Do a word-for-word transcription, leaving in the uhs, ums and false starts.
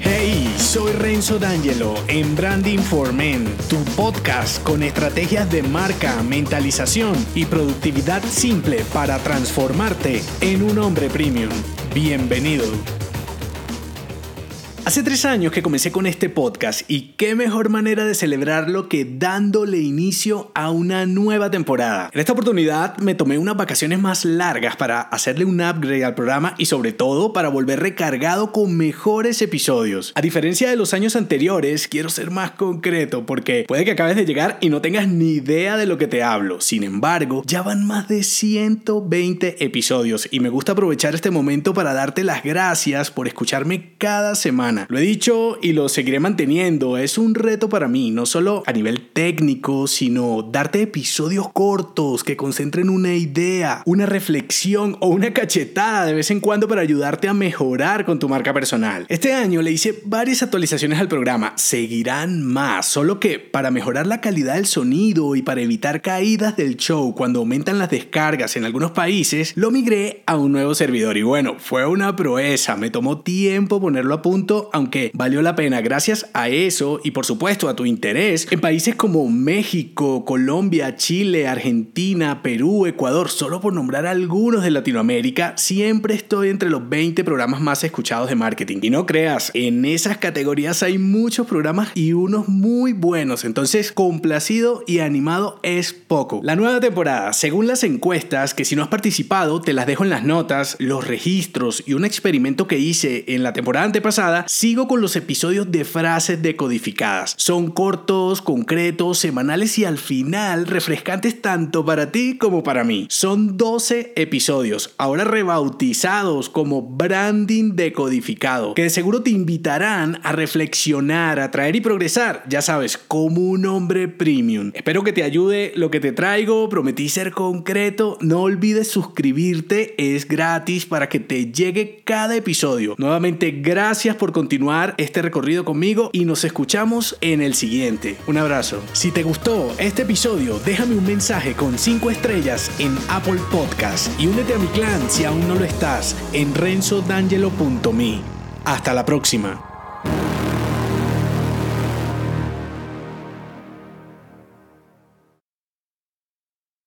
Hey, soy Renzo D'Angelo en Branding for Men, tu podcast con estrategias de marca, mentalización y productividad simple para transformarte en un hombre premium. Bienvenido. Hace tres años que comencé con este podcast y qué mejor manera de celebrarlo que dándole inicio a una nueva temporada. En esta oportunidad me tomé unas vacaciones más largas para hacerle un upgrade al programa y sobre todo para volver recargado con mejores episodios. A diferencia de los años anteriores, quiero ser más concreto porque puede que acabes de llegar y no tengas ni idea de lo que te hablo. Sin embargo, ya van más de ciento veinte episodios y me gusta aprovechar este momento para darte las gracias por escucharme cada semana. Lo he dicho y lo seguiré manteniendo. Es un reto para mí, no solo a nivel técnico, sino darte episodios cortos que concentren una idea, una reflexión o una cachetada de vez en cuando para ayudarte a mejorar con tu marca personal. Este año le hice varias actualizaciones al programa. Seguirán más, solo que para mejorar la calidad del sonido y para evitar caídas del show cuando aumentan las descargas en algunos países, lo migré a un nuevo servidor. Y bueno, fue una proeza. Me tomó tiempo ponerlo a punto, aunque valió la pena gracias a eso y por supuesto a tu interés. En países como México, Colombia, Chile, Argentina, Perú, Ecuador, solo por nombrar algunos de Latinoamérica, siempre estoy entre los veinte programas más escuchados de marketing. Y no creas, en esas categorías hay muchos programas y unos muy buenos, entonces complacido y animado es poco. La nueva temporada, según las encuestas, que si no has participado te las dejo en las notas, los registros y un experimento que hice en la temporada antepasada, sigo con los episodios de frases decodificadas. Son cortos, concretos, semanales y al final refrescantes tanto para ti como para mí. Son doce episodios, ahora rebautizados como Branding Decodificado, que de seguro te invitarán a reflexionar, a traer y progresar, ya sabes, como un hombre premium. Espero que te ayude lo que te traigo, prometí ser concreto, no olvides suscribirte, es gratis para que te llegue cada episodio. Nuevamente, gracias por continuar este recorrido conmigo y nos escuchamos en el siguiente. Un abrazo. Si te gustó este episodio, déjame un mensaje con cinco estrellas en Apple Podcast y únete a mi clan si aún no lo estás en renzo d'angelo punto me. Hasta la próxima.